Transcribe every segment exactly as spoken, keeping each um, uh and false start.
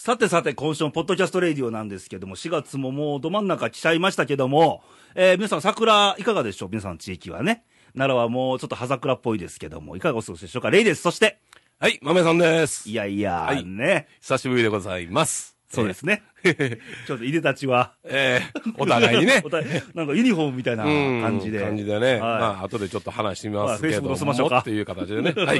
さてさて、今週のポッドキャストレイディオなんですけども、しがつももうど真ん中来ちゃいましたけども、えー、皆さん桜いかがでしょう？皆さんの地域はね。奈良はもうちょっと葉桜っぽいですけども、いかがお過ごしでしょうか？レイです。そして。 はい、豆さんです。 いやいや、 はい、 ね。 久しぶりでございます。 そうですね。ちょっといでたちは。 ええー、お互いにね。 お互いなんかユニフォームみたいな感じで。 感じでね。はい、まあ、後でちょっと話してみますけども。まあ、フェイスブック載せましょうか。っていう形でね。はい。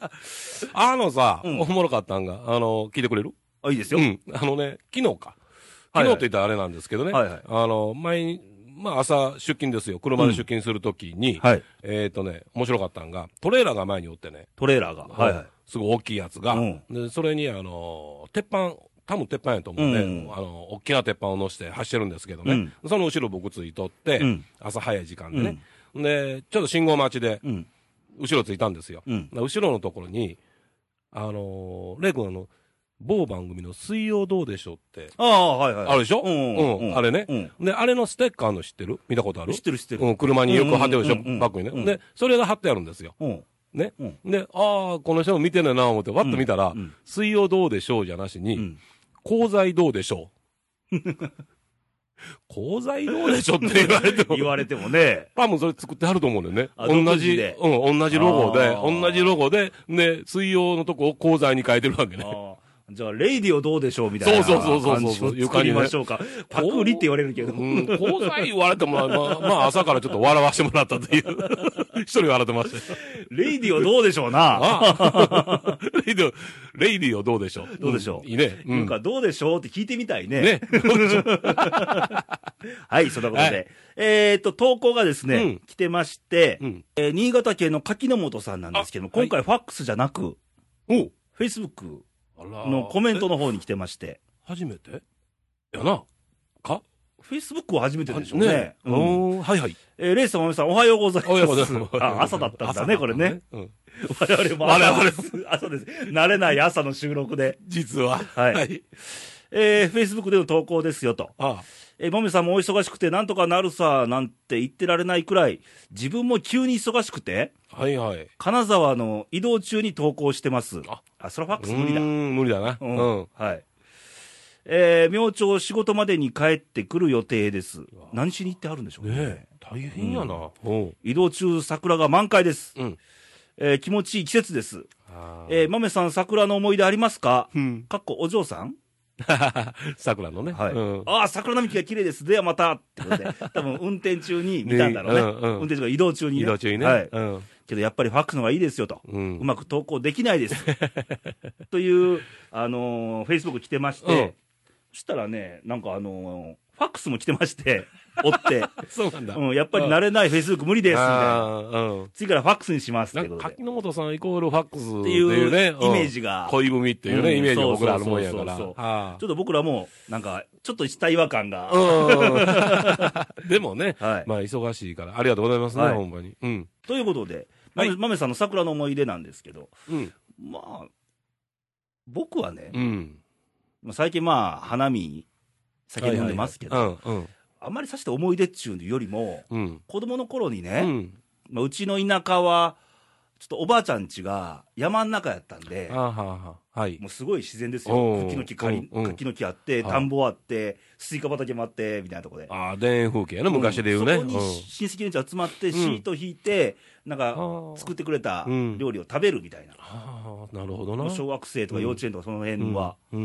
あのさ、うん、おもろかったんが、あの、聞いてくれる？ あ、いいですよ。 うん。あのね、昨日か。昨日って言ったらあれなんですけどね。はいはい。あの、前に、まあ朝出勤ですよ。車で出勤するときに、うん、はい。えっとね、面白かったんが、トレーラーが前におってね。 トレーラーが。はいはい。 すごい大きいやつが。うん、で、それにあの、鉄板、多分鉄板やと思うんで、うん、あの、大きな鉄板を乗せて走ってるんですけどね。うん、その後ろ僕ついとって、うん、朝早い時間でね。うん、で、ちょっと信号待ちで、うん、後ろついたんですよ。うん、後ろのところに、あのー、レイ君あの、某番組の水曜どうでしょうって。 ああ、はいはい。 あるでしょ？うん、うん、うん。あれね、うん。で、あれのステッカーの知ってる？見たことある？ 知ってる知ってる。 うん、車によく貼ってるでしょ？バッグにね、うん。で、それが貼ってあるんですよ。うん。ね。うん、で、ああ、この人も見てんねんな思って、わっと見たら、うん、水曜どうでしょうじゃなしに、うん、鋼材どうでしょう鋼材どうでしょって言われても。 言われてもね。 多分それ作ってはると思うのよね。同じ、うん、同じロゴで、同じロゴで、ね、水曜のとこを鋼材に変えてるわけね。 じゃあ、レイディオどうでしょうみたいな。 そうそうそうそうそう。 作りましょうか。パクリって言われるけど。 うん、鋼材言われても、まあ、まあ、朝からちょっと笑わせてもらったという。一人笑ってました。 レイディオどうでしょうな。 あレイディオ、レイディオどうでしょう。 どうでしょう。 いいね。 なんかどうでしょうって聞いてみたいね。 ね。どうでしょう。 はい、そんなことで。えっと、投稿がですね、来てまして、新潟県の柿の本さんなんですけども、今回ファックスじゃなく、フェイスブック。のコメントの方に来てまして。 初めてやな。かフェイスブックは初めてでしょうね。ねうん。はいはい。 えー、レイさん、おめさん、おはようございます。 おはようございます。 あ、朝だったんだね、これね。うん。我々も朝。我々朝です。慣れない朝の収録で。 実は。 はい。はい、えー、フェイスブックでの投稿ですよと。ああ。えー、もみさんもお忙しくて、なんとかなるさ、なんて言ってられないくらい、自分も急に忙しくて、 はいはい。 金沢の移動中に投稿してます。あ、あ、それはファックス無理だ。 うん、無理だな。 うん。うん、はい。えー、明朝仕事までに帰ってくる予定です。何しに行ってはるんでしょうね。ね大変やな、 うん。移動中、桜が満開です。うん。えー、気持ちいい季節です。えー、豆さん、桜の思い出ありますか？うん。かっこお嬢さん桜のね。 はい。うん、ああ、桜並木が綺麗です。ではまた。ってことで、多分運転中に見たんだろうね。ねうんうん、運転中が移動中にね。 移動中にね。 はい。うん。けどやっぱりファックスの方がいいですよと。うん、うまく投稿できないです。という、あのー、Facebook 来てまして、うん、そしたらね、なんかあのー、ファックスも来てまして、追って。 そうなんだ。 うん、やっぱり慣れない Facebook 無理です、みたいな。うん。次からファックスにしますってことで。 柿本さんイコールファックスっていうね。 イメージが。 恋文っていうね、イメージが僕らあるもんやから。ちょっと僕らも、なんか、ちょっとした違和感が。 うん。でもね、まあ忙しいから、ありがとうございますね、ほんまに。うん。 ということで、まめさんの桜の思い出なんですけど、まあ、僕はね、最近まあ、花見、酒飲んでますけど、あんまりさして思い出っちゅうよりも、うん、子供の頃にね、うんまあ、うちの田舎は、ちょっとおばあちゃん家が山の中やったんで、あはははい、もうすごい自然ですよ。柿の木かり、柿の木あって、田んぼあって、スイカ畑もあって、みたいなとこで。 ああ、田園風景やな、昔で言うね。 そこに親戚の家集まって、シート引いて、なんか、作ってくれた料理を食べるみたいな。 ああ、なるほどな。 小学生とか幼稚園とかその辺は。うん。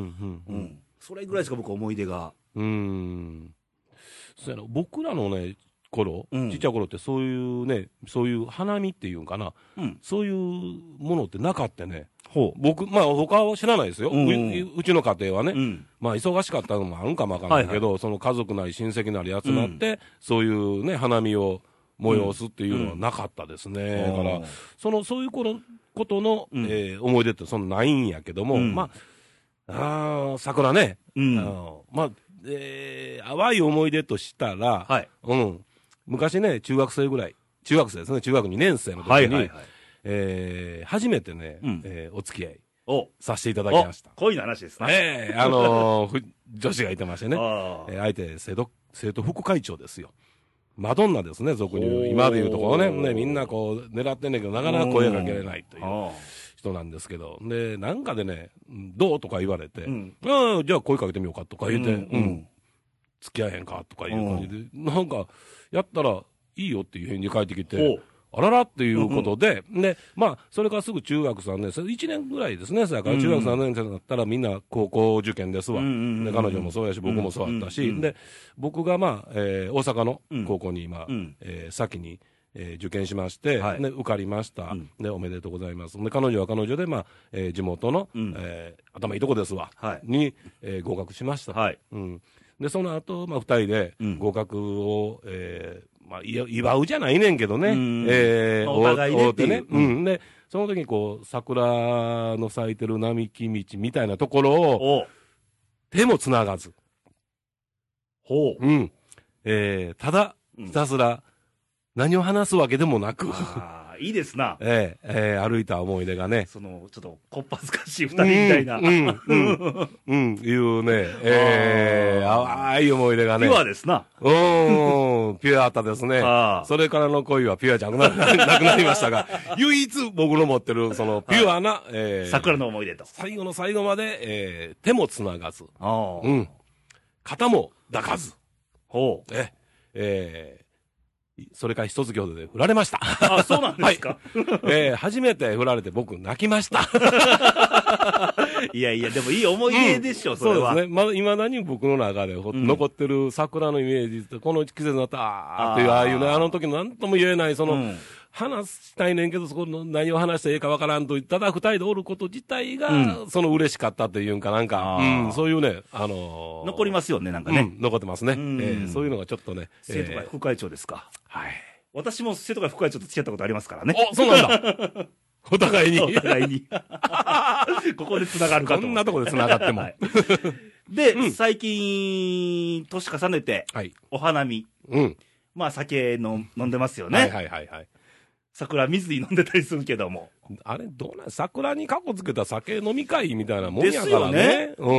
うん。それぐらいしか僕は思い出が。うん。 そうやな、僕らのね、頃、うん、ちっちゃい頃ってそういうね、そういう花見っていうんかな、うん、そういうものってなかったね。ほう僕、まあ他は知らないですよ。うんうん、う, うちの家庭はね、うん、まあ忙しかったのもあるんかもわからないけど、はいはい、その家族なり親戚なり集まって、うん、そういうね、花見を催すっていうのはなかったですね。うん、だから、その、そういう頃ことの、うんえー、思い出ってそんなないんやけども、うん、まあ、あ桜ね、うん、あまあ、えー、淡い思い出としたら、はい、うん。昔ね、中学生ぐらい、中学生ですね、中学にねん生の時に、はいはいはいえー、初めてね、うんえー、お付き合いをさせていただきました。 恋の話ですね。 ええー、あのー、女子がいてましてね、えー、相手生徒、生徒副会長ですよ。マドンナですね、俗に言う。今で言うところね、ね、みんなこう、狙ってんねんけど、なかなか声かけれないという人なんですけど、で、なんかでね、どうとか言われて、うん、ああ、じゃあ声かけてみようかとか言って、うん、うん、付き合えへんかとかいう感じで、うん、なんか、やったらいいよっていう返事返ってきて、あららっていうことで、うんうん、で、まあ、それからすぐ中学さんねん生、いちねんぐらいですね、それから中学さんねん生になったらみんな高校受験ですわ。うんうんうん、で、彼女もそうやし、僕もそうだったし、うんうんうん、で、僕がまあ、えー、大阪の高校に今、うん、えー、先に、えー、受験しまして、はい、で受かりました、うん、でおめでとうございます。で彼女は彼女で、まあえー、地元の、うんえー、頭いいとこですわ、はい、に、えー、合格しました、はいうん、でその後、まあふたりで合格を、うんえーまあ、祝うじゃないねんけどね、うんえーまあ、お互いねっていう、うんうん、でその時にこう桜の咲いてる並木道みたいなところを手もつながずほう、うんえー、ただひたすら、うん何を話すわけでもなくああ、いいですな。 えええー、歩いた思い出がね。 その、ちょっと、こっぱずかしい二人みたいな。うん、うん、 うん、うん、いうね、ええー、淡い思い出がね。 ピュアですな。 うん、ピュアあったですね。それからの恋はピュアじゃなくななくなりましたが、唯一僕の持ってる、その、ピュアな、 えー、桜の思い出と。 最後の最後まで、えー、手もつながず、うん、肩も抱かず、 ほう。 え、えー、それから一月ほどで振られました。 あ、そうなんですか、 はいえー、初めて振られて僕泣きました。 いやいや、でもいい思い出でしょ、うん、それは。 そうですね。まだ、未だに僕の中で、うん、残ってる桜のイメージって、この季節になったあーっていう、ああいうね、あの時の何とも言えない、その、うん話したいねんけど、そこの何を話していいかわからんと、ただ二人でおること自体が、うん、その嬉しかったというんかなんか、うん、そういうね、あのー、 残りますよね、なんかね。 うん、残ってますね、うんえー。そういうのがちょっとね。 生徒会副会長ですか。 はい。 私も生徒会副会長と付き合ったことありますからね。 お、そうなんだ。お互いに。 お互いに。ここで繋がるかと。 こんなとこで繋がっても。はい、 で、うん、最近、年重ねて、はい、お花見。うん。まあ、酒の飲んでますよね。 はいはいはいはい。 桜水飲んでたりするけども。 あれ、どうなん桜にかこつけた酒飲み会みたいなもんやからね。ですよね。うん。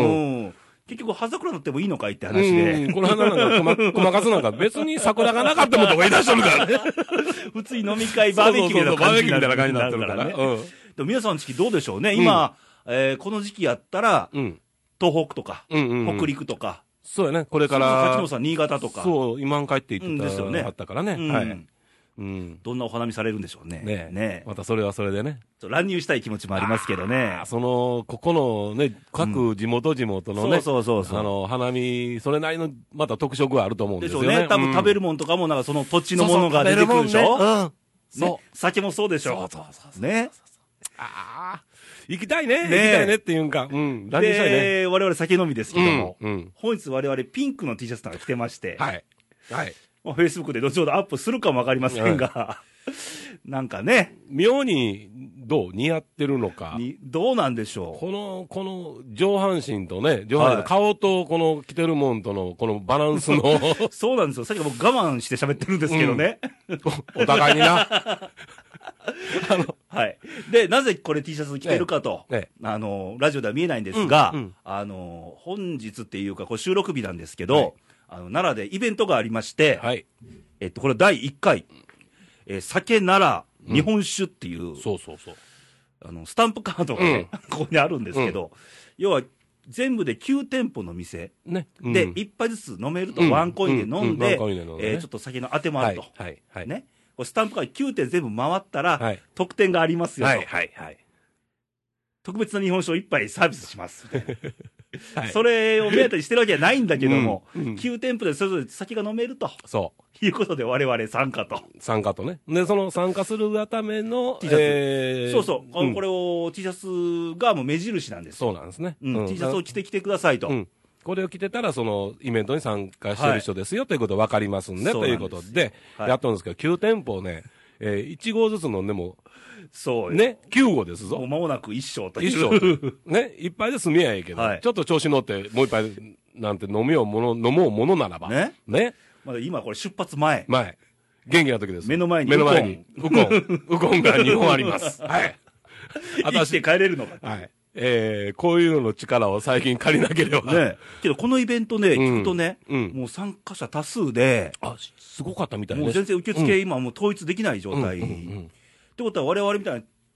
うん結局、葉桜乗ってもいいのかいって話で。 うん、この花なんか、細かすなんか別に桜がなかったもんとか言い出しとるからね。 普通に飲み会、バーベキューみたいな感じになってるからね。うん、でも皆さんの時期どうでしょうね。今、うんえー、この時期やったら、うん、東北とか、うんうんうん、北陸とか。 そうやね。これから。 八野さん、新潟とか。 そう、今帰って言ってた、うん、ですよね。あったからね。うん、はい。 うん、どんなお花見されるんでしょうね。 ねえ。ねまたそれはそれでね。 乱入したい気持ちもありますけどね。 その、ここのね、各地元地元のね、うん、 そうそうそうそう。 あの、花見、それなりの、また特色があると思うんですよね。でしょうね。 多分食べるもんとかも、なんかその土地のものが出てくるでしょ。そうそうね、うん。そう、ね。酒もそうでしょ。 そうそうそうそう。 ね。 ああ。行きたいね。ね行きたいねっていうんか。うん。 乱入したいね。で、我々酒飲みですけども、うんうん、本日我々ピンクの T シャツなんか着てまして。 はい。はい。 フェイスブックで後ほどアップするかもわかりませんが、うん、なんかね。 妙に、どう似合ってるのか。 に、どうなんでしょう。 この、この上半身とね、上半身と顔とこの着てるもんとのこのバランスの。 そうなんですよ。さっき僕我慢して喋ってるんですけどね。 うん、お, お互いにな。あの、はい。で、なぜこれ T シャツ着てるかと、ええ、あの、ラジオでは見えないんですが、うんうん、あの、本日っていうか、こう収録日なんですけど、はいあの奈良でイベントがありまして、はい、えっと、これだいいっかい、えー、酒奈良日本酒っていう、 うん、そうそうそう。 あの、スタンプカードがね、うん、ここにあるんですけど、うん、要は、全部できゅうてんぽの店、ねうん、で、いっぱいずつ飲めると、ワンコインで飲んで、ちょっと酒のあてもあると。はいはいはい、ね。これスタンプカードきゅうてん全部回ったら、はい、特典がありますよと。はいはいはい。特別な日本酒を一杯サービスします。はい、それを目当てにしてるわけじゃないんだけども、うんうん、きゅうてんぽでそれぞれ酒が飲めると。そう。いうことで我々参加と。 参加とね。で、その参加するがための T シャツ。えー、そうそう、うん。これを T シャツがもう目印なんですよ。そうなんですね。 うん。T シャツを着てきてくださいと。うん。 これを着てたら、そのイベントに参加してる人ですよ、はい、ということ分かりますんで、ということで、はい、やったんですけど、きゅうてんぽね、えー、いち合ずつ飲んでも、 そうね、きゅう合ですぞ。 もう間もなく一升という。 一升。ね、一杯で済みやいいけど、はい、ちょっと調子乗って、もう一杯なんて飲みようもの、飲もうものならば。ね。ね。 まだ今これ出発前。 前。元気な時です。 目の前に。 目の前に。ウコン。ウコンがにほんあります。はい。 生きて帰れるのか。 はい。えー、こういうのの力を最近借りなければ。 ね。けどこのイベントね、聞くとね、うん、もう参加者多数で。 あ、すごかったみたいです。 もう全然受付今もう統一できない状態。ってことは我々みたいな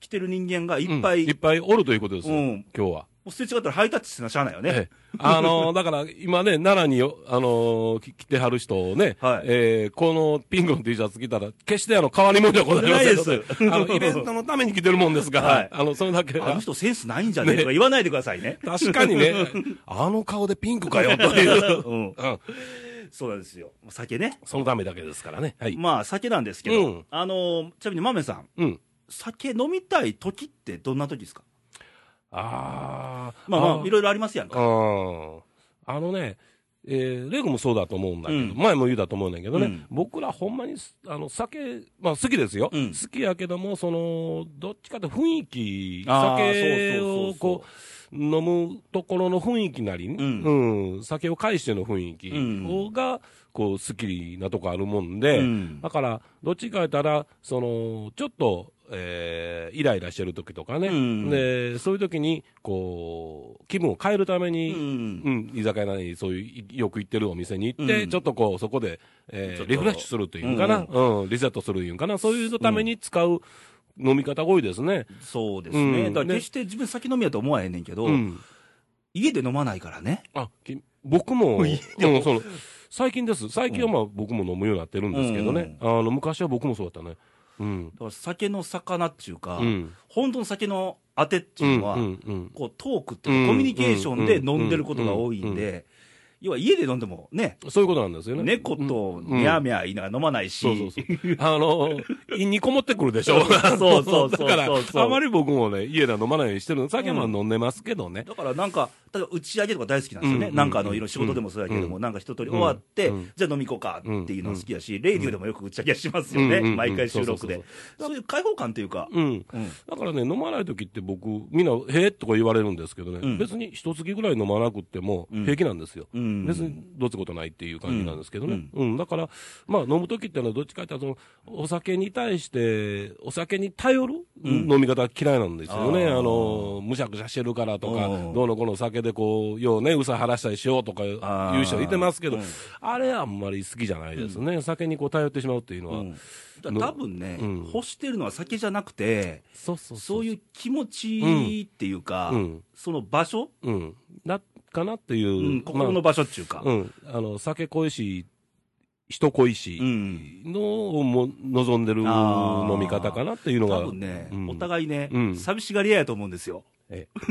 来てる人間がいっぱい、 うん、いっぱいおるということですよ、うん、今日は。 もうすれ違ったらハイタッチしてなしゃあないよね。ええ、 あのー、だから今ね、奈良に、あのー、来てはる人をね、はい、えー、このピンクの T シャツ着たら、決してあの、変わり者じゃございません。ないです。あの、イベントのために着てるもんですから、はい、あの、それだけ。 あの人センスないんじゃねえとか言わないでくださいね。 確かにね、あの顔でピンクかよ、という。うん。うん、 そうなんですよ。酒ね。 そのためだけですからね。 はい。まあ、酒なんですけど、うん、あのー、ちなみに豆さん、うん、酒飲みたい時ってどんな時ですか？ ああ。 まあまあ、いろいろありますやんか。 ああのね、えー、レグもそうだと思うんだけど、うん、前も言うだと思うんだけどね、うん、僕らほんまに、あの、酒、まあ好きですよ。うん、好きやけども、その、どっちかって雰囲気、酒をこう、飲むところの雰囲気なり、うん、うん、酒を介しての雰囲気が、こう、好きなとこあるもんで、だから、どっちか言ったら、その、ちょっと、えー、イライラしてる時とかね、うん、でそういう時にこう気分を変えるために、うんうん、居酒屋なりそういうよく行ってるお店に行って、うん、ちょっとこうそこで、えー、リフレッシュするというかな、うんうん、リセットするいうんかな、そういうために使う飲み方が多いですね。 そうですね、うん、だから決して自分酒飲みやと思わへんねんけど、うん、家で飲まないからね。 あ、僕も、うん、その最近です最近はまあ、僕も飲むようになってるんですけどね、うん、あの昔は僕もそうだったね。うん、だから酒の魚っていうか、うん、本当の酒のあてっていうのは、うんうんうん、こうトークっていうか、コミュニケーションで飲んでることが多いんで、要は家で飲んでもね、 そういうことなんですよね。 猫とミャーミャー言いながら飲まないし、 うんうん、そうそうそうあの胃にこもってくるでしょ。 そうそうそうだからあまり僕もね家では飲まないようにしてるの。酒も飲んでますけどね、 うん、だからなんか例えば打ち上げとか大好きなんですよね、うんうん、なんかあのいろいろ仕事でもそうやけども、うん、なんか一通り終わって、うん、じゃあ飲み行こうかっていうの好きやし、うん、レイディオでもよく打ち上げしますよね、うん、毎回収録で。そういう開放感っていうか、うんうん、 だからね飲まない時って僕みんなへえとか言われるんですけどね、うん、別に一月ぐらい飲まなくっても平気なんですよ、うん、別にどうつことないっていう感じなんですけどね、うんうん、だからまあ飲む時ってのはどっちかっていうとお酒に対してお酒に頼る、うん、飲み方嫌いなんですよね。あのむしゃくしゃしてるからとかどうのこの酒でこうようねうさ晴らしたりしようとか言う人いてますけど、 あ,、うん、あれあんまり好きじゃないですね、うん、酒にこう頼ってしまうっていうのは、うん、 多分ね、うん、欲してるのは酒じゃなくて、そうそうそうそういう気持ちっていうか、うん、その場所、うん、 だかなっていう、うん、 心の場所っていうか、 まあ、うん、あの酒恋しい人恋しいのをも望んでる飲み方かなっていうのが多分ね、うん、お互いね、うん、寂しがり屋やと思うんですよ。ええ、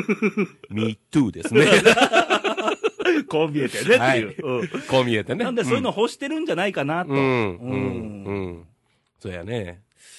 Me too ですね。 こう見えてねっていう、はい、 うん、こう見えてね。 なんでそういうの欲してるんじゃないかなと。うん、うん、うんうんそうやね。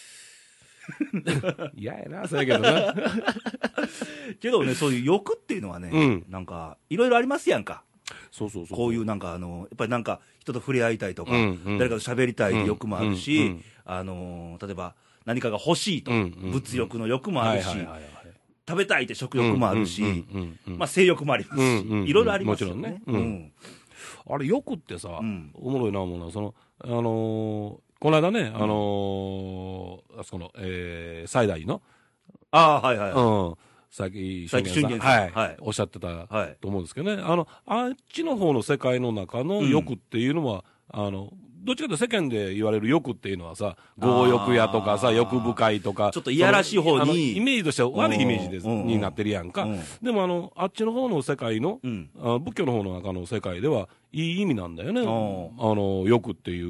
嫌やな、そうやけどな。 けどね、そういう欲っていうのはね、うん、なんか、いろいろありますやんか。 そうそうそう。 こういうなんか、あの、やっぱりなんか、人と触れ合いたいとか、うんうん、誰かと喋りたい欲もあるし、うんうん、あの、例えば、何かが欲しいと、うんうんうん、物欲の欲もあるし、食べたいって食欲もあるし、まあ性欲もありますし、うんうん、いろいろありますよね。もちろんね。うん、 あれ、欲ってさ、うん、おもろいな思うのは、その、あのー、この間ね、あのー、あそこの、えー、最大の、 ああ、はいはい、はい。 うん。さっき、俊元さん、はい、はい、おっしゃってたと思うんですけどね。あの、あっちの方の世界の中の欲っていうのは、うん、あの、どっちかというと世間で言われる欲っていうのはさ、強欲やとかさ、欲深いとか。 ちょっといやらしい方に。 イメージとしては悪いイメージです、になってるやんか。うん、でもあの、あっちの方の世界の、うん、あ仏教の方の中の世界では、いい意味なんだよね。あの、欲っていう、うん、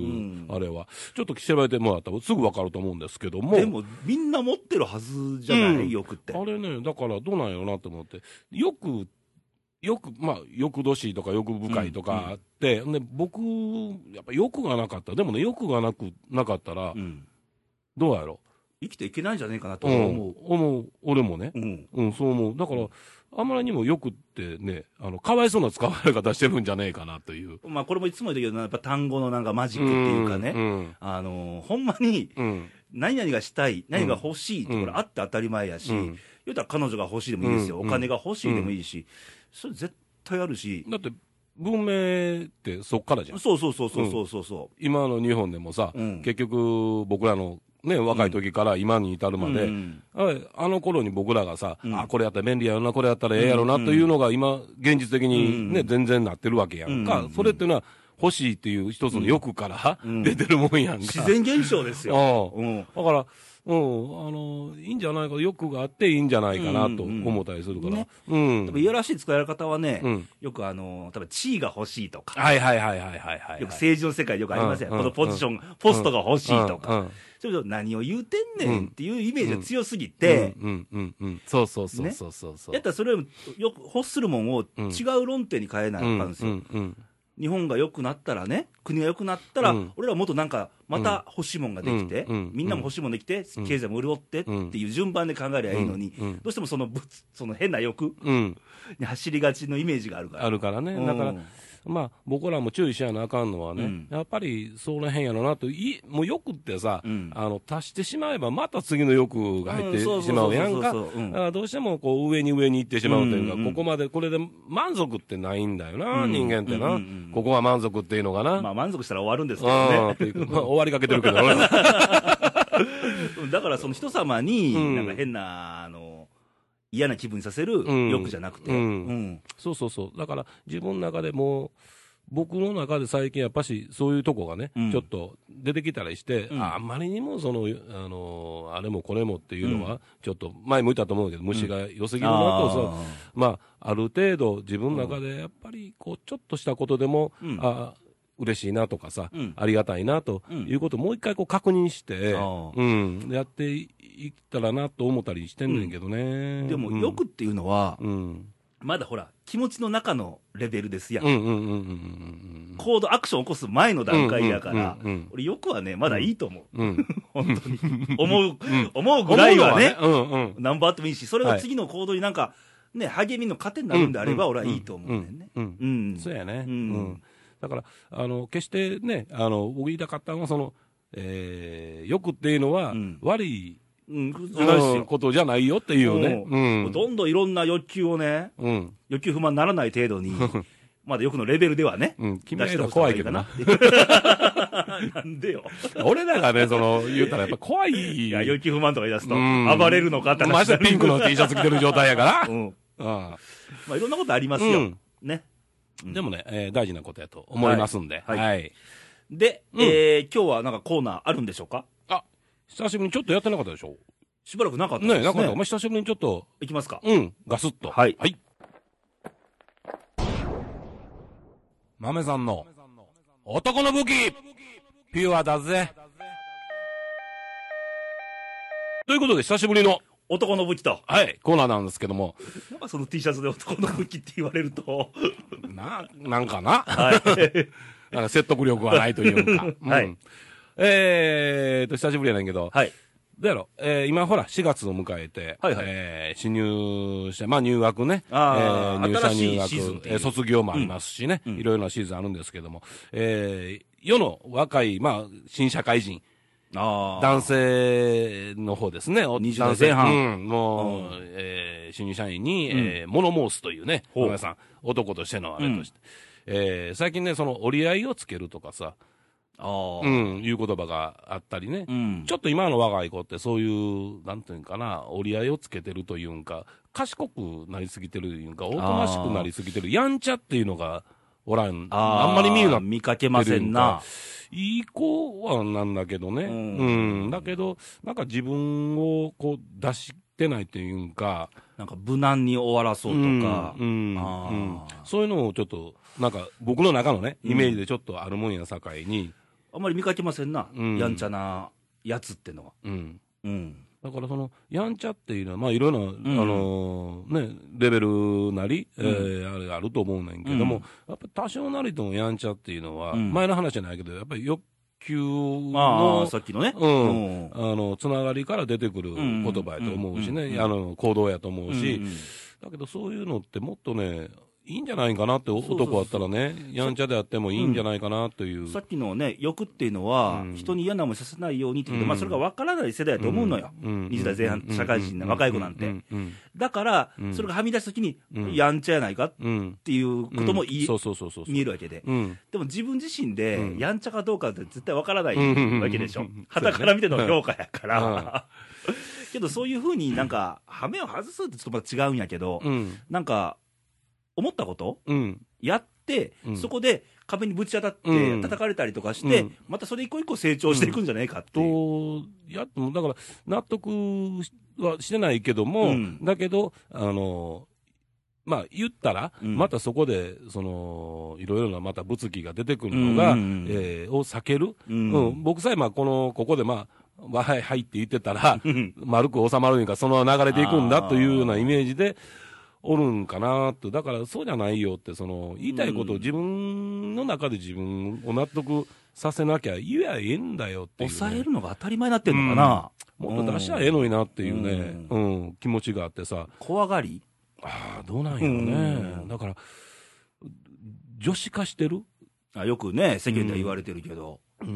あれは。ちょっと調べてもらったらすぐわかると思うんですけども。 でも、みんな持ってるはずじゃない、うん、欲って。 あれね、だからどうなんやろなと思って。欲って、よく、まあ、欲年とか欲深いとかあって、うんうん、で僕、やっぱ欲がなかったら、でもね、欲がなく、なかったら、うん、どうやろ生きていけないんじゃねえかなと思う。うん、 思う、俺もね、うん、うん、そう思う。だから、あまりにも欲ってね、あの、かわいそうな使われ方してるんじゃねえかなという。 まあ、これもいつも言うけど、やっぱ単語のなんかマジックっていうかね、うんうん、あのー、ほんまに、何々がしたい、何が欲しいってこれあって当たり前やし、うん、言うたら彼女が欲しいでもいいですよ、お金が欲しいでもいいし、それ絶対あるし。 だって文明ってそっからじゃん。 そうそうそうそうそうそう、うん、 今の日本でもさ、うん、結局僕らのね若い時から今に至るまで、うん、あの頃に僕らがさ、うん、あこれやったら便利やろなこれやったらええやろなというのが今現実的にね、うん、全然なってるわけやんか、うん、それっていうのは欲しいっていう一つの欲から、出てるもんやんか、 自然現象ですよ、 うん、だからうん、あの、いいんじゃないか、欲があっていいんじゃないかなと思ったりするから。ね、 うん。いやらしい使い方はね、うん、よくあの、多分地位が欲しいとか。 はいはいはいはいはいはい。 よく政治の世界でよくありません、うん、このポジション、うん、ポストが欲しいとか。うんうん、それと何を言うてんねんっていうイメージが強すぎて、 うんうんうん。そうそうそうそうそうそう、 ね。やったらそれをよく欲するもんを違う論点に変えないとあかんですよ。うんうんうん、日本が良くなったらね、国が良くなったら、うん、俺らはもっとなんか、また欲しいもんができて、うん、みんなも欲しいもんできて、うん、経済も潤ってっていう順番で考えりゃいいのに、うん、どうしてもその、その変な欲に走りがちのイメージがあるから。 あるからね。だから、まあ、僕らも注意しやなあかんのはね、うん、やっぱりその辺やろなと、いもう欲ってさ、うん、あの足してしまえば、また次の欲が入ってしまうやんか、どうしてもこう上に上に行ってしまうというか、うんうん、ここまで、これで満足ってないんだよな、うん、人間ってな、うんうんうん、ここは満足っていうのがな、 まあ、満足したら終わるんですけどね、 まあ、終わりかけてるけどね。 だから、その人様に、なんか変な、あの、嫌な気分にさせる欲じゃなくて、うんうん、 そうそうそう、だから自分の中でも、僕の中で最近、やっぱしそういうとこがね、うん、ちょっと出てきたりして、うん、あ, あんまりにもその、あのあれもこれもっていうのは、うん、ちょっと前も言ったと思うけど、虫が良すぎるなとさ、うん、あまあ、ある程度、自分の中でやっぱりこうちょっとしたことでも、うん、あ嬉しいなとかさ、うん、ありがたいなということをもう一回こう確認して、うん、やっていったらなと思ったりしてんねんけどね。 うん、でも、欲っていうのは、うん、まだほら、気持ちの中のレベルですやん。行動、アクションを起こす前の段階やから、俺、欲はね、まだいいと思う。うん、本当に。思う、うん、思うぐらいはね、何本あってもいいし、それが次の行動になんか、ね、励みの糧になるんであれば、俺はいいと思うねんね。 うん。そうやね。うん。だから、あの、決してね、あの、僕言いたかったのは、その、えー、欲っていうのは、悪い、うん、ことじゃないよっていうね。 うん、どんどんいろんな欲求をね、うん、欲求不満にならない程度に、まだ欲のレベルではね、 うん、君らが怖いけどな。 なんでよ。 俺らがね、その、言うたらやっぱ怖い。 いや、欲求不満とか言い出すと、暴れるのかって話。 ましてピンクの T シャツ着てる状態やから。うん。 あまあいろんなことありますよ。うん、ね。 でもね、えー、大事なことやと思いますんで。はい。はい、 で、うん、えー、今日はなんかコーナーあるんでしょうか？ あ、久しぶりにちょっとやってなかったでしょ？ しばらくなかったですね。 ね、なかった。お前久しぶりにちょっと。 いきますか？ うん、ガスッと。 はい。 はい。豆さんの男の武器ピュアだぜ。ということで、久しぶりの男の武器と。 はい、コーナーなんですけども。 なんかその T シャツで男の武器って言われると。 な、なんかなはい。なんか説得力はないというか。うん、はい。えーと、久しぶりやねんけど。はい。どうやろ、えー、今ほらしがつを迎えて、はいはい、えー、新入社、まあ入学ね、えー、入社入学、えー、卒業もありますしね、うん、いろいろなシーズンあるんですけども、えー、世の若い、まあ、新社会人、あ男性の方ですね、 にじゅう代前半。 うん、もう、うん、えー、新入社員に、うん、えー、物申すというね、皆さん、男としてのあれとして、うん、えー、最近ね、その折り合いをつけるとかさ、あうん、いう言葉があったりね、うん、ちょっと今の若い子ってそういう、なんていうかな、折り合いをつけてるというんか、賢くなりすぎてるというか、おとなしくなりすぎてる、やんちゃっていうのがおらん、あ, あんまり見るな見かけませんな。 いい子はなんだけどね、うん、うん、だけど、なんか自分をこう出してないというか、 なんか無難に終わらそうとか、 うんうんうん、そういうのをちょっと、なんか僕の中のね、イメージでちょっとあるもんやさかいに、 あんまり見かけませんな、うん、やんちゃなやつってのは。うんうん、だからその、やんちゃっていうのは、まあいろいろな、うん、あのー、ね、レベルなり、うん、えー、あれあると思うねんけども、うん、やっぱ多少なりともやんちゃっていうのは、うん、前の話じゃないけど、やっぱり欲求の、 あさっきのね、 うん、あの、つながりから出てくる言葉やと思うしね、あの、行動やと思うし、うんうん、だけどそういうのってもっとね、いいんじゃないかなって、男あったらね、やんちゃであってもいいんじゃないかなという。 うん、さっきのね、欲っていうのは、うん、人に嫌な思いさせないようにっていう、うん、まあそれが分からない世代だと思うのよ。うん、にじゅう代前半、社会人の若い子なんて。だから、それがはみ出したときに、やんちゃやないかっていうことも見えるわけで。でも自分自身で、やんちゃかどうかって絶対分からないわけでしょ。傍から見ての評価やから。けどそういうふうになんか、羽目を外すってちょっとまた違うんやけど、なんか、思ったこと、うん、やって、うん、そこで壁にぶち当たって叩かれたりとかして、うん、またそれ一個一個成長していくんじゃないかっていう、 うん、とやってもだから納得はしてないけども、うん、だけどあのまあ言ったら、うん、またそこでそのいろいろなまた物議が出てくるのが、うんうん、えー、を避ける、うんうん、僕さえまあこのここでまあわはいはいって言ってたら丸く収まるんかその流れでいくんだというようなイメージでおるんかなと。だからそうじゃないよって、その言いたいことを自分の中で自分を納得させなきゃ言えばええんだよっていう、ね、 抑えるのが当たり前になってんのかな、 うん、もっと出しゃええのになっていうね、うん、うん、気持ちがあってさ。 怖がり、 ああどうなんやろね、うん、だから女子化してる、 あよくね世間では言われてるけど、 うんうん、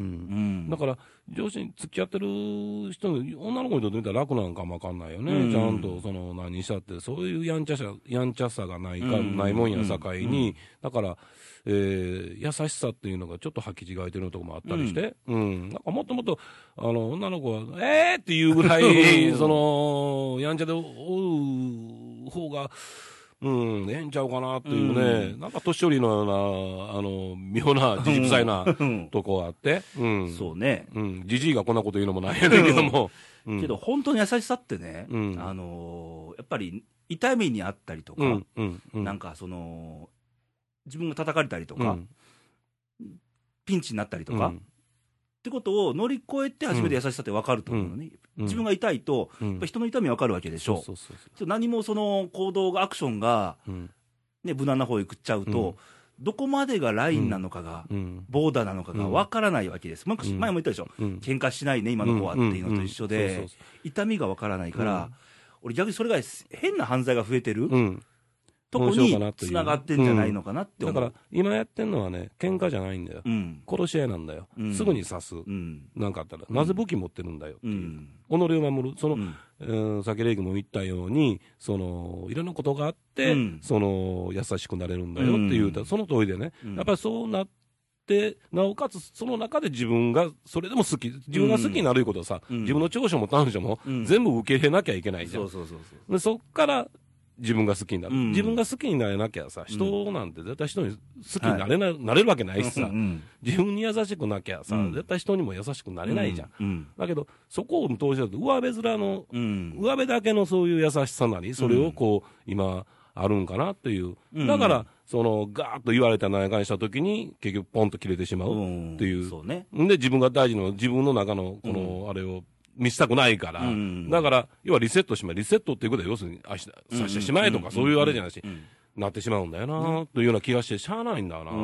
だから上司に付き合ってる人の女の子にとってみたら楽なんかもわかんないよね、うん、ちゃんとその何したってそういうやんちゃさやんちゃさがないか、うん、ないもんやさかいに、うん、だから、えー、優しさっていうのがちょっと履き違えてるとこもあったりして、うん、うん、なんかもっともっとあの女の子はえーっていうぐらいそのやんちゃでおう方がうん、ええんちゃうかなっていうね、うん、なんか年寄りのような、あの、妙な、じじくさいなとこがあって、うん。 そうね。 うん、じじいがこんなこと言うのもないやねんけども。 うん、けど、本当に優しさってね、うん、あのー、やっぱり、痛みにあったりとか、うんうんうん、なんかその、自分が叩かれたりとか、うん、ピンチになったりとか、うん、ってことを乗り越えて初めて優しさって分かると思うのね。うん自分が痛いと、やっぱ人の痛み分かるわけでしょ。何もその行動がアクションが、ね、無難な方へ食っちゃうと、うん、どこまでがラインなのかが、うん、ボーダーなのかが分からないわけです。うん、前も言ったでしょ、うん、喧嘩しないね今の子はっていうのと一緒で、痛みが分からないから、うん、俺逆にそれが変な犯罪が増えてる、うんとこにつながってんじゃないのかなって思う、 うん、だから今やってんのはね喧嘩じゃないんだよ、うん、殺し合いなんだよ、うん、すぐに刺す、うん、なんかあったら、うん、なぜ武器持ってるんだよっていう、うん、己を守るその、うんえー、先レイクも言ったようにそのいろんなことがあって、うん、その優しくなれるんだよっていう、うん、その通りでね、うん、やっぱりそうなってなおかつその中で自分がそれでも好き自分が好きになることさ、うん、自分の長所も短所も、うん、全部受け入れなきゃいけないじゃん。そうそうそうそうでそっから自分が好きになる、うん、自分が好きになれなきゃさ人なんて絶対人に好きになれな、はい、なれるわけないしさ、うんうん、自分に優しくなきゃさ、うん、絶対人にも優しくなれないじゃん、うんうん、だけどそこを通して上辺面の、うん、上辺だけのそういう優しさなりそれをこう、うん、今あるんかなっていう、うん、だからそのガーッと言われた何回した時に結局ポンと切れてしまうっていう、うん、そうね、で自分が大事な自分の中のこのあれを見せたくないから、うん、だから要はリセットしまえリセットっていうことは要するにあしさしてしまえとかそういうあれじゃないし、うんうん、なってしまうんだよな、うん、というような気がしてしゃあないんだな、うん、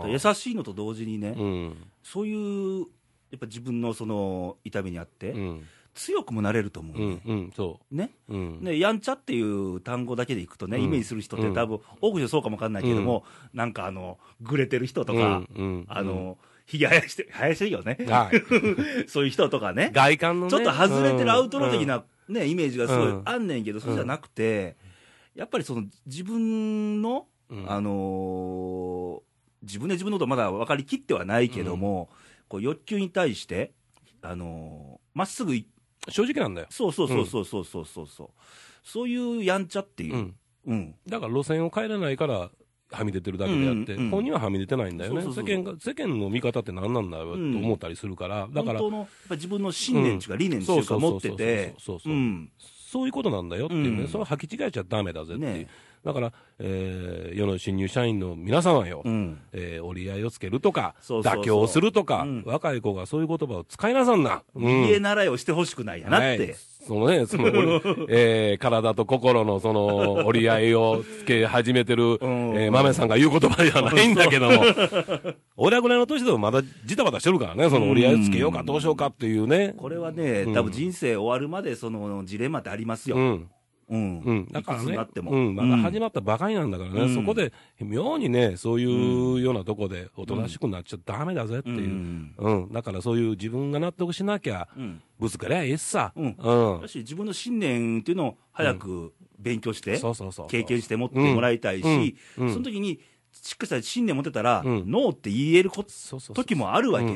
優しいのと同時にね、うん、そういうやっぱ自分のその痛みにあって、うん、強くもなれると思うね、うんうん、そうね、うん、ねやんちゃっていう単語だけでいくとね、うん、イメージする人って多分、うん、多くの人そうかもわかんないけども、うん、なんかあのぐれてる人とか、うんうん、あの、うんひげ生やして、生やしてるよね。はい。そういう人とかね。 外観のね。 ちょっと外れてるアウトロー的なね、うん、イメージがすごいあんねんけど、うん、そうじゃなくて、やっぱりその自分の、うん、あのー、自分で自分のことまだ分かりきってはないけども、うん、こう欲求に対して、あのー、まっすぐい、 正直なんだよ。 そうそうそうそうそうそうそう。うん、そういうやんちゃっていう。うん。 うん、だから路線を変えれないから、はみ出てるだけであって、うんうん、本人ははみ出てないんだよね。そうそうそう、世間が世間の見方って何なんだろうと思ったりするから、うん、だから本当のやっぱ自分の信念というか、うん、理念というか持ってて、 そういうことなんだよっていうね、うん、それを履き違えちゃダメだぜっていう。ね、だから、えー、世の新入社員の皆様よ、うん、えー、折り合いをつけるとか、そうそうそう妥協するとか、うん、若い子がそういう言葉を使いなさんな。 家習いをしてほしくないやなって。はい、 そのね、その、えー、体と心のその折り合いをつけ始めてる、うん、えー、豆さんが言う言葉ではないんだけども、俺らぐらいの年でもまだジタバタしてるからね、その折り合いをつけようかどうしようかっていうね。 これはね、多分人生終わるまでそのジレンマってありますよ。うんうんうん、だからね、うん、まだ始まったばかりなんだからね、うん、そこで妙にね、そういうようなとこでおとなしくなっちゃダメだぜっていう、うんうん、だからそういう自分が納得しなきゃ、ぶつかりゃええっさ、うんうん、だし自分の信念っていうのを早く勉強して、経験して持ってもらいたいし、その時にしっかりした信念持ってたら、うん、ノーって言えるこ時もあるわけで、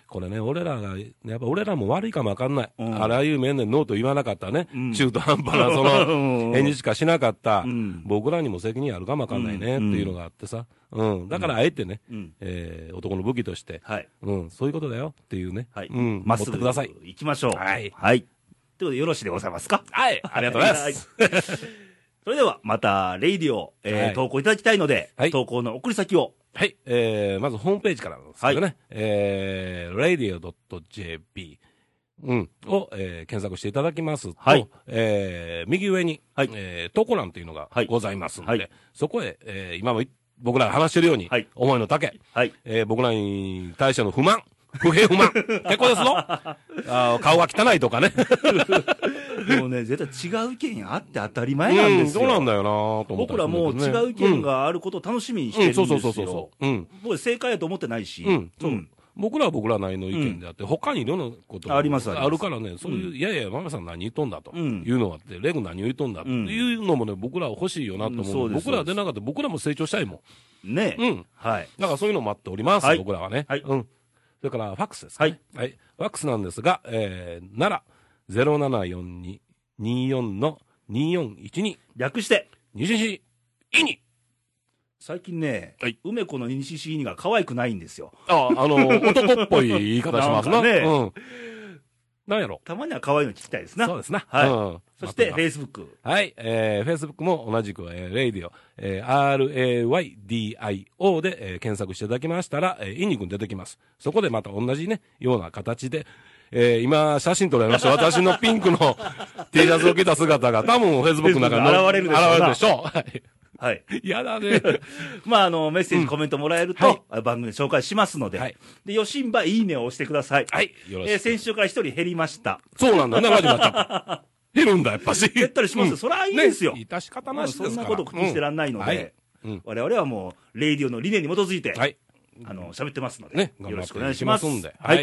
これね、俺らが、やっぱ俺らも悪いかもわかんない。うん、あらゆる面でノーと言わなかったね。うん、中途半端なその返事しかしなかった、うん、僕らにも責任あるかもわかんないね、っていうのがあってさ。うん。だからあえてね、うん、えー、男の武器として、はい、うん、そういうことだよっていうね。はい。うん。 まっすぐください。行きましょう。はい。はい。ということでよろしいでございますか？ はい。ありがとうございます。 それでは、また、レイディオ、えーはい、投稿いただきたいので、はい、投稿の送り先を。 はい。えー、まずホームページからなんですけどね。はい、えー、レイディオ ドット ジェーピー、うん、を、えー、検索していただきますと、はい、えー、右上に、はい、えー、投稿欄というのがございますので、はい、そこへ、えー、今も僕らが話しているように、はい、思いの丈、はい、えー、僕らに対しての不満、不平不満、結構ですぞ。あ、顔が汚いとかね。 もうね、絶対違う意見あって当たり前なんですよ。 うん、そうなんだよなと思って、ね。 僕らも違う意見があることを楽しみにしてるんですよ。うん、そうそうそうそう。うん。僕正解やと思ってないし。うん。そう。うん、 僕らは僕らなりの意見であって、うん、他にいろんなことがありますあるからね、そういう、うん、いやいや、ママさん何言っとんだというのがあって、レグ何を言っとんだっていうのもね、僕らは欲しいよなと思う。うん、僕らは出なかった僕らも成長したいもん。ねえ。うん。はい。だからそういうのもあっております、はい、僕らはね。はい。うん。それから、ファックスですね。はい。はい。ファックスなんですが、えー、なら、ゼロななよんに にじゅうよんのにじゅうよんいちに。 略して、 西市イニ。 最近ね、はい、梅子の西市イニが可愛くないんですよ。 ああ、あのー、男っぽい言い方しますな。ね。うん。なんやろ。 たまには可愛いの聞きたいですな。 そうですな。 はい。うん、そして、フェイスブック。 はい。えー、フェイスブックも同じく、えー、レイディオ、えー、アールエーワイディーアイオー で、えー、検索していただきましたら、えー、イニくん出てきます。そこでまた同じね、ような形で、えー、今、写真撮られました。私のピンクの T シャツを着た姿が多分フェイスブックの中に現れるでしょう。 現れるでしょう。はい。 はい。 やだね。 まあ、あの、メッセージ、コメントもらえると、うん、番組で紹介しますので、はい、で、よしんば、いいねを押してください。はい。よろしく。えー、先週から一人減りました。 そうなんだね、マジになっちゃった。減るんだ、やっぱし。 減ったりしますよ。うん、それはいいですよ。 ね、致し方なしですから。 そんなこと口にしてらんないので、うんはいうん、我々はもう、レイディオの理念に基づいて、はい、あの、喋ってますので、ね、よろしくお願いします。 んではい。はい、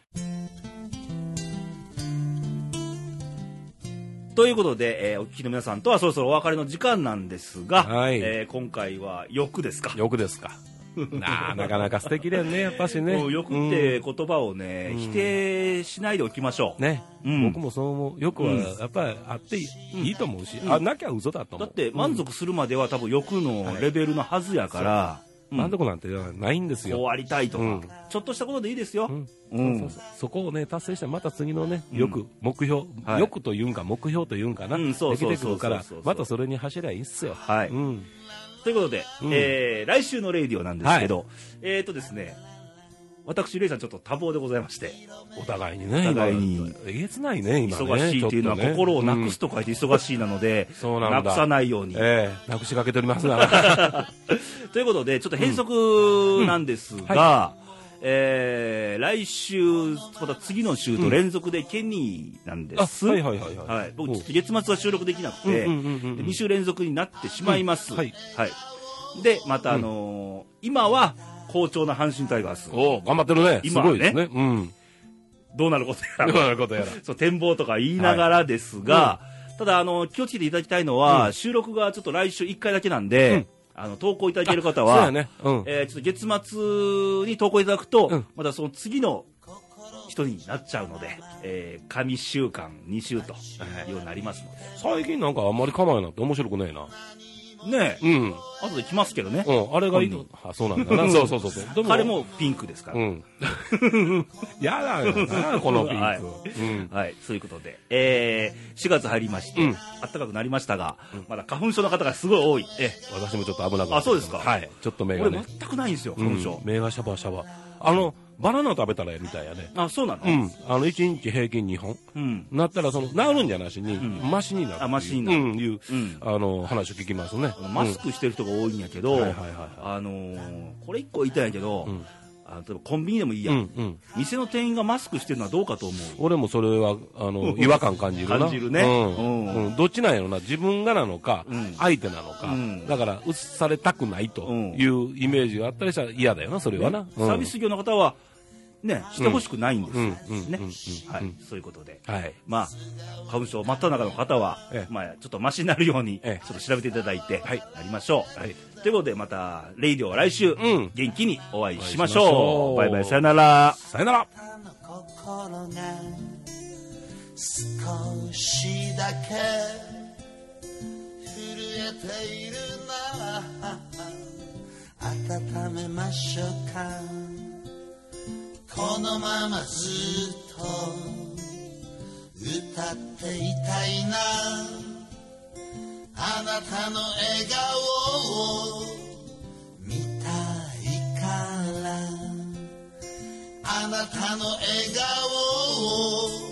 ということで、えー、お聞きの皆さんとはそろそろお別れの時間なんですが、はいえー、今回は欲ですか。 欲ですか。なあ、なかなか素敵だよね、やっぱしね。 欲って言葉をね、うん、否定しないでおきましょう。ね。 うん、僕もそう思う。欲はやっぱりあっていいと思うし、うん、あ、なきゃ嘘だと思う。 だって満足するまでは多分欲のレベルのはずやから、はい満足なんてないんですよ。 こうありたいとか、うん、ちょっとしたことでいいですよ。 そこをね達成してまた次のね欲目標欲というんか目標というんかなできてくるからまたそれに走りゃいいっすよ。はい。 ということでえ来週のレイディオなんですけどえっとですね私レイさんちょっと多忙でございましてお互いにねお互いにえげつないね今ね忙しいっていうのは心をなくすと書いて忙しいなのでなくさないようにええなくしかけておりますがということでちょっと変則なんですがえ来週また次の週と連続でケニーなんですはいはいはいはい僕月末は収録できなくてに週連続になってしまいますはいでまたあの今は好調な阪神タイガース。 お頑張ってるね。今はね。すごいですね。うん。 どうなることやら。 どうなることやら。 そう、展望とか言いながらですが、はいうん、ただ、あの、気をつけていただきたいのは、うん、収録がちょっと来週いっかいだけなんで、うん、あの、投稿いただける方は、そうやね。うん。えー、ちょっと月末に投稿いただくと、うん、またその次の人になっちゃうので、えー、上週間に週というようになりますので。 最近なんかあんまり構えなって面白くないな。 ねえ。うん。後で来ますけどね。 うん。あれがいいの。あ、そうなんだな。そうそうそうそう。 でも彼もピンクですから。うん。 やだよな、このピンク。 はい。うん。はい。そういうことで。えー、しがつ入りまして、うん、暖かくなりましたが、うん、まだ花粉症の方がすごい多い。 え、私もちょっと危なくなった。 あ、そうですか。 はい。ちょっと目がね。 俺全くないんですよ、花粉症。 目がシャバシャバ。あの、バナナ食べたらええみたいやね。 あ、そうなの？ うん。あの、いちにち平均にほん。うん。なったら、その、治るんじゃなしに、マシになる。 あ、マシになる。 うん、いう、あの、話を聞きますね。 マスクしてる人が多いんやけど、はいはいはい。あの、これ一個言いたいんやけど、あ例えばコンビニでもいいや、うんうん、店の店員がマスクしてるのはどうかと思う。 俺もそれはあの違和感感じるな。 感じるね、うんうんうん、どっちなんやろな、自分がなのか、うん、相手なのか、うん、だから映されたくないというイメージがあったりしたら嫌だよな、それはな、 ねうん、サービス業の方はね、してほしくないんですよね。はい、そういうことで、はい、まあ花粉症真っ只中の方は、ええ、まあちょっとマシになるように、ええ、ちょっと調べていただいて、はい、やりましょう。はい、ということでまたレイディオは来週、うん、元気にお会いしましょう。バイバイ、さよなら。 さよなら。 少しだけ震えているな、温めましょうか。このままずっと歌っていたいな。あなたの笑顔を見たいから、あなたの笑顔を